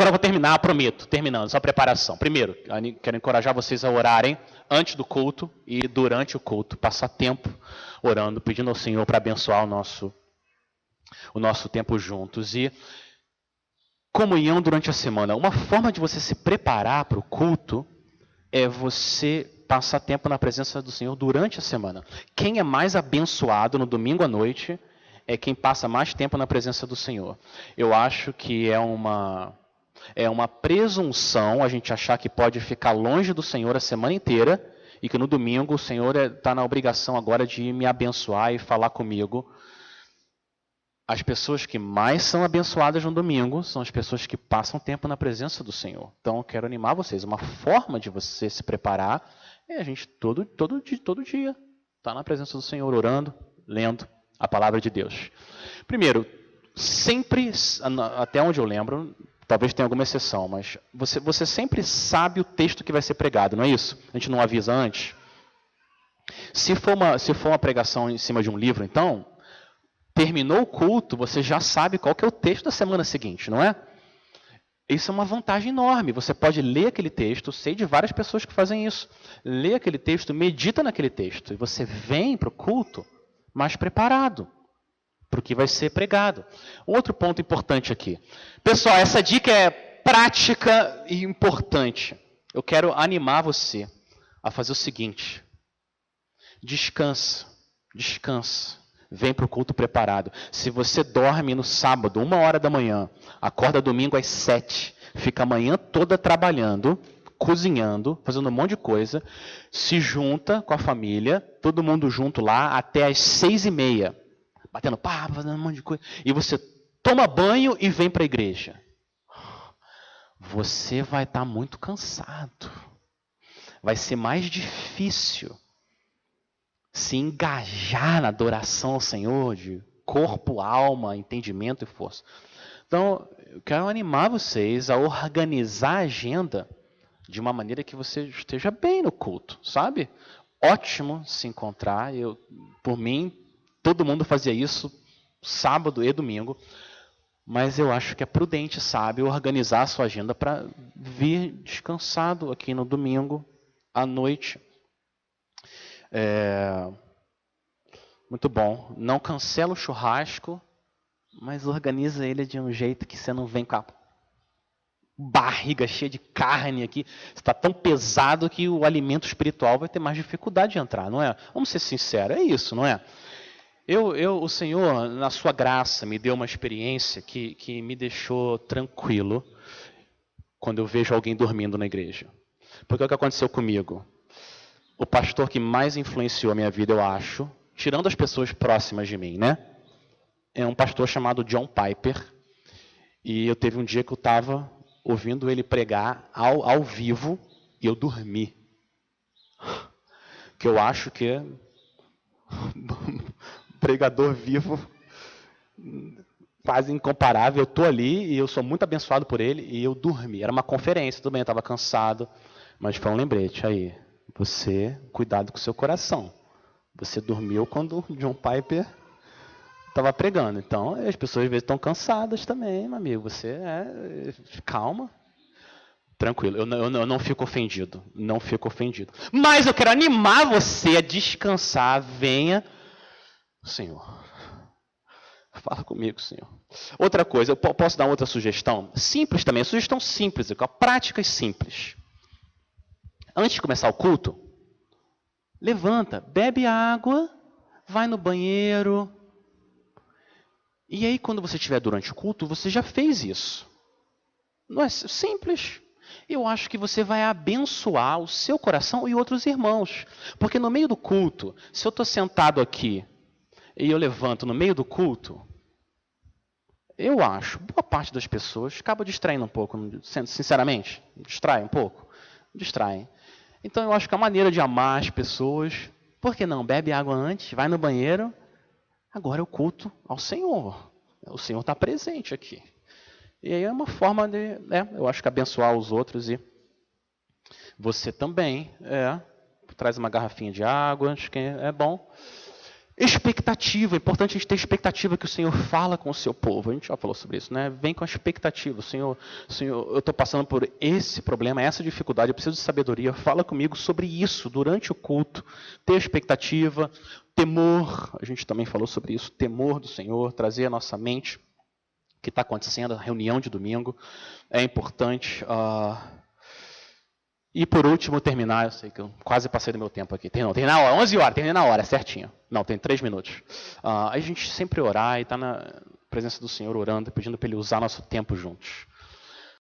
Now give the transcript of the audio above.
agora eu vou terminar, prometo, terminando, só preparação. Primeiro, quero encorajar vocês a orarem antes do culto e durante o culto, passar tempo orando, pedindo ao Senhor para abençoar o nosso tempo juntos. E comunhão durante a semana. Uma forma de você se preparar para o culto é você passar tempo na presença do Senhor durante a semana. Quem é mais abençoado no domingo à noite é quem passa mais tempo na presença do Senhor. Eu acho que é uma presunção a gente achar que pode ficar longe do Senhor a semana inteira e que no domingo o Senhor está na obrigação agora de me abençoar e falar comigo. As pessoas que mais são abençoadas no domingo são as pessoas que passam tempo na presença do Senhor. Então, eu quero animar vocês. Uma forma de você se preparar é a gente todo dia estar na presença do Senhor, orando, lendo a palavra de Deus. Primeiro, sempre, até onde eu lembro, talvez tenha alguma exceção, mas você sempre sabe o texto que vai ser pregado, não é isso? A gente não avisa antes. Se for uma pregação em cima de um livro, então, terminou o culto, você já sabe qual que é o texto da semana seguinte, não é? Isso é uma vantagem enorme. Você pode ler aquele texto, sei de várias pessoas que fazem isso. Lê aquele texto, medita naquele texto, e você vem para o culto mais preparado para o que vai ser pregado. Outro ponto importante aqui. Pessoal, essa dica é prática e importante. Eu quero animar você a fazer o seguinte. Descansa. Vem para o culto preparado. Se você dorme no sábado, 1h da manhã, acorda domingo às 7, fica a manhã toda trabalhando, cozinhando, fazendo um monte de coisa, se junta com a família, todo mundo junto lá, até às 6h30, batendo papo, fazendo um monte de coisa, e você toma banho e vem para a igreja. Você vai estar muito cansado. Vai ser mais difícil se engajar na adoração ao Senhor, de corpo, alma, entendimento e força. Então, eu quero animar vocês a organizar a agenda de uma maneira que você esteja bem no culto, sabe? Ótimo se encontrar. Por mim, todo mundo fazia isso sábado e domingo, mas eu acho que é prudente, sabe, organizar a sua agenda para vir descansado aqui no domingo à noite. Muito bom. Não cancela o churrasco, mas organiza ele de um jeito que você não vem com a barriga cheia de carne aqui. Está tão pesado que o alimento espiritual vai ter mais dificuldade de entrar, não é? Vamos ser sinceros, é isso, não é? O Senhor, na sua graça, me deu uma experiência que me deixou tranquilo quando eu vejo alguém dormindo na igreja. Porque o que aconteceu comigo? O pastor que mais influenciou a minha vida, eu acho, tirando as pessoas próximas de mim, né? É um pastor chamado John Piper. E eu teve um dia que eu estava ouvindo ele pregar ao vivo e eu dormi. Que eu acho que é pregador vivo quase incomparável. Eu estou ali e eu sou muito abençoado por ele e eu dormi. Era uma conferência, tudo bem, eu estava cansado, mas foi um lembrete aí. Você, cuidado com o seu coração. Você dormiu quando o John Piper estava pregando. Então, as pessoas às vezes estão cansadas também, meu amigo. Você calma. Tranquilo, eu não fico ofendido. Não fico ofendido. Mas eu quero animar você a descansar. Venha. Senhor, fala comigo, Senhor. Outra coisa, eu posso dar outra sugestão? Simples também, sugestão simples, prática e simples. Antes de começar o culto, levanta, bebe água, vai no banheiro. E aí, quando você estiver durante o culto, você já fez isso. Não é simples? Eu acho que você vai abençoar o seu coração e outros irmãos. Porque no meio do culto, se eu estou sentado aqui e eu levanto no meio do culto, eu acho, boa parte das pessoas acaba distraindo um pouco, sinceramente, distrai um pouco, distraem. Então eu acho que a maneira de amar as pessoas, por que não? Bebe água antes, vai no banheiro, agora é o culto ao Senhor. O Senhor está presente aqui. E aí é uma forma de, eu acho que abençoar os outros e você também, traz uma garrafinha de água, acho que é bom. Expectativa, é importante a gente ter expectativa que o Senhor fala com o seu povo. A gente já falou sobre isso, né? Vem com a expectativa. Senhor, eu estou passando por esse problema, essa dificuldade, eu preciso de sabedoria. Fala comigo sobre isso durante o culto. Ter expectativa, temor, a gente também falou sobre isso, temor do Senhor, trazer à nossa mente o que está acontecendo, a reunião de domingo é importante. E por último, terminar, eu sei que eu quase passei do meu tempo aqui. Terminei na hora, 11 horas, terminei na hora, certinho. Não, tem 3 minutos. A gente sempre orar e estar na presença do Senhor orando, pedindo para Ele usar nosso tempo juntos.